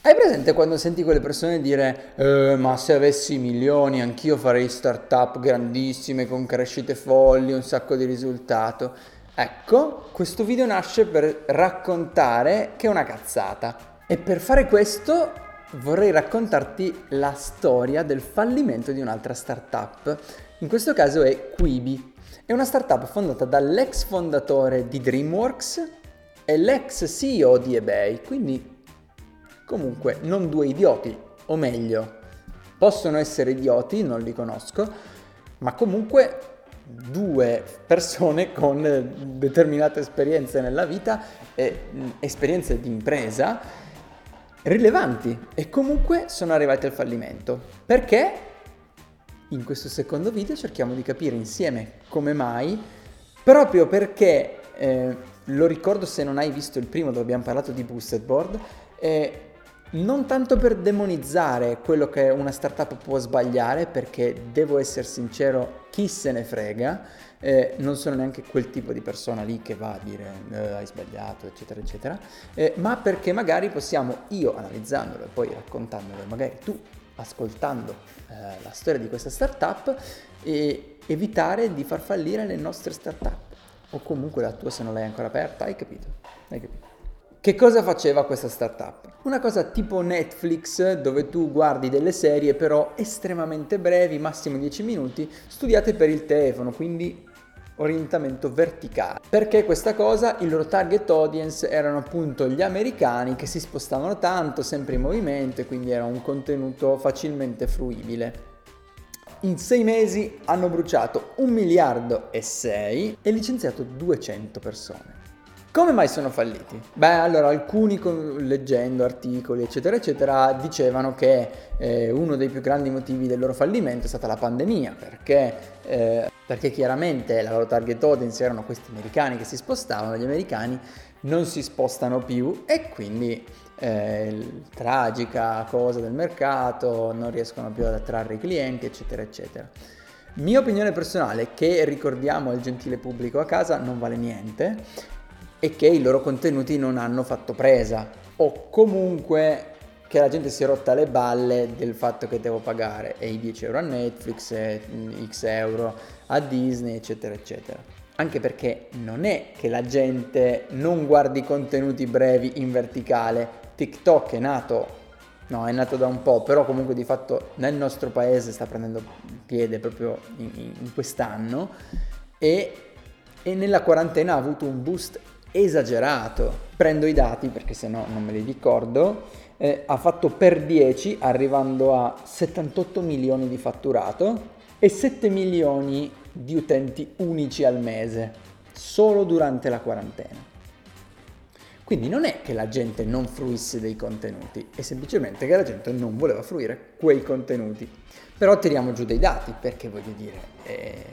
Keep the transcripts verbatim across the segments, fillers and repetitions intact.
Hai presente quando senti quelle persone dire "Eh, ma se avessi milioni anch'io farei startup grandissime con crescite folli, un sacco di risultato"? Ecco, questo video nasce per raccontare che è una cazzata. E per fare questo vorrei raccontarti la storia del fallimento di un'altra startup. In questo caso è Quibi. È una startup fondata dall'ex fondatore di DreamWorks e l'ex C E O di eBay, quindi comunque non due idioti, o meglio, possono essere idioti, non li conosco, ma comunque due persone con determinate esperienze nella vita e esperienze di impresa rilevanti e comunque sono arrivati al fallimento. Perché? In questo secondo video cerchiamo di capire insieme come mai, proprio perché, eh, lo ricordo se non hai visto il primo dove abbiamo parlato di Boosted Board, eh, non tanto per demonizzare quello che una startup può sbagliare, perché devo essere sincero, chi se ne frega, eh, non sono neanche quel tipo di persona lì che va a dire eh, hai sbagliato, eccetera, eccetera, eh, ma perché magari possiamo, io analizzandolo e poi raccontandolo, e magari tu ascoltando eh, la storia di questa startup, e evitare di far fallire le nostre startup, o comunque la tua se non l'hai ancora aperta, hai capito? Hai capito? Che cosa faceva questa startup? Una cosa tipo Netflix, dove tu guardi delle serie però estremamente brevi, massimo dieci minuti, studiate per il telefono, quindi orientamento verticale. Perché questa cosa? Il loro target audience erano appunto gli americani che si spostavano tanto, sempre in movimento, e quindi era un contenuto facilmente fruibile. In sei mesi hanno bruciato un miliardo e sei e licenziato duecento persone. Come mai sono falliti? Beh, allora alcuni, leggendo articoli eccetera eccetera, dicevano che eh, uno dei più grandi motivi del loro fallimento è stata la pandemia, perché, eh, perché chiaramente la loro target audience erano questi americani che si spostavano, gli americani non si spostano più e quindi eh, tragica cosa del mercato, non riescono più ad attrarre i clienti eccetera eccetera. Mia opinione personale, che ricordiamo al gentile pubblico a casa, non vale niente, e che i loro contenuti non hanno fatto presa, o comunque che la gente si è rotta le balle del fatto che devo pagare e i dieci euro a Netflix, e X euro a Disney eccetera eccetera. Anche perché non è che la gente non guardi contenuti brevi in verticale. TikTok è nato, no è nato da un po', però comunque di fatto nel nostro paese sta prendendo piede proprio in, in quest'anno, e, e nella quarantena ha avuto un boost esagerato. Prendo i dati perché se no non me li ricordo. Eh, ha fatto per dieci, arrivando a settantotto milioni di fatturato e sette milioni di utenti unici al mese solo durante la quarantena. Quindi non è che la gente non fruisse dei contenuti, è semplicemente che la gente non voleva fruire quei contenuti. Però tiriamo giù dei dati, perché voglio dire, eh,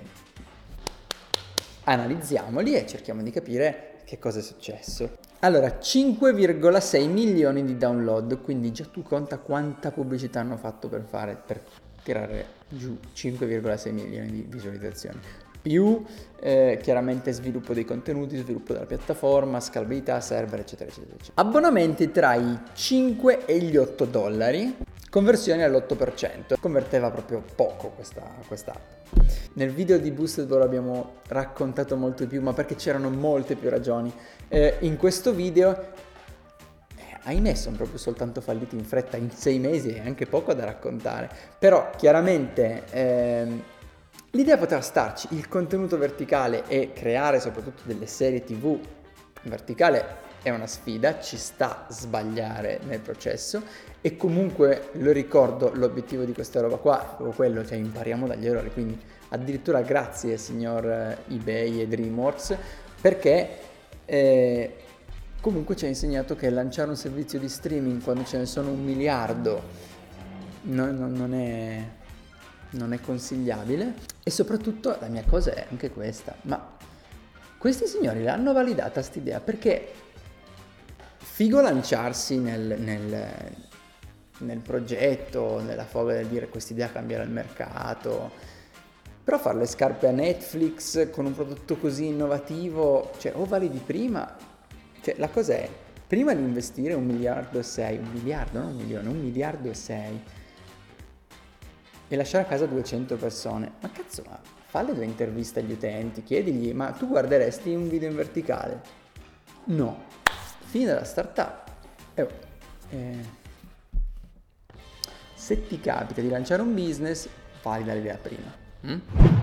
analizziamoli e cerchiamo di capire che cosa è successo. Allora, cinque virgola sei milioni di download, quindi già tu conta quanta pubblicità hanno fatto per fare, per tirare giù cinque virgola sei milioni di visualizzazioni. Più eh, chiaramente sviluppo dei contenuti, sviluppo della piattaforma, scalabilità, server, eccetera, eccetera, eccetera. Abbonamenti tra i cinque e gli otto dollari, conversioni all'otto per cento. Converteva proprio poco questa, questa app. Nel video di Boosted ve lo abbiamo raccontato molto di più, ma perché c'erano molte più ragioni. Eh, in questo video, eh, ahimè, sono proprio soltanto falliti in fretta, in sei mesi, è anche poco da raccontare. Però chiaramente ehm, l'idea poteva starci, il contenuto verticale e creare soprattutto delle serie tivù verticale è una sfida, ci sta a sbagliare nel processo, e comunque lo ricordo, l'obiettivo di questa roba qua è proprio quello, cioè impariamo dagli errori, quindi addirittura grazie signor eBay e DreamWorks, perché eh, comunque ci ha insegnato che lanciare un servizio di streaming quando ce ne sono un miliardo no, no, non è, non è consigliabile. E soprattutto la mia cosa è anche questa, ma questi signori l'hanno validata st'idea, perché figo lanciarsi nel, nel, nel progetto, nella foga del dire quest'idea cambierà il mercato, però fare le scarpe a Netflix con un prodotto così innovativo, cioè o validi prima, cioè la cosa è prima di investire un miliardo e sei, un miliardo, non un milione, un miliardo e sei, e lasciare a casa duecento persone, ma cazzo, ma falle due interviste agli utenti, chiedigli, ma tu guarderesti un video in verticale? No. Fine della startup. Eh, eh, se ti capita di lanciare un business, fai dall'idea prima. Mm?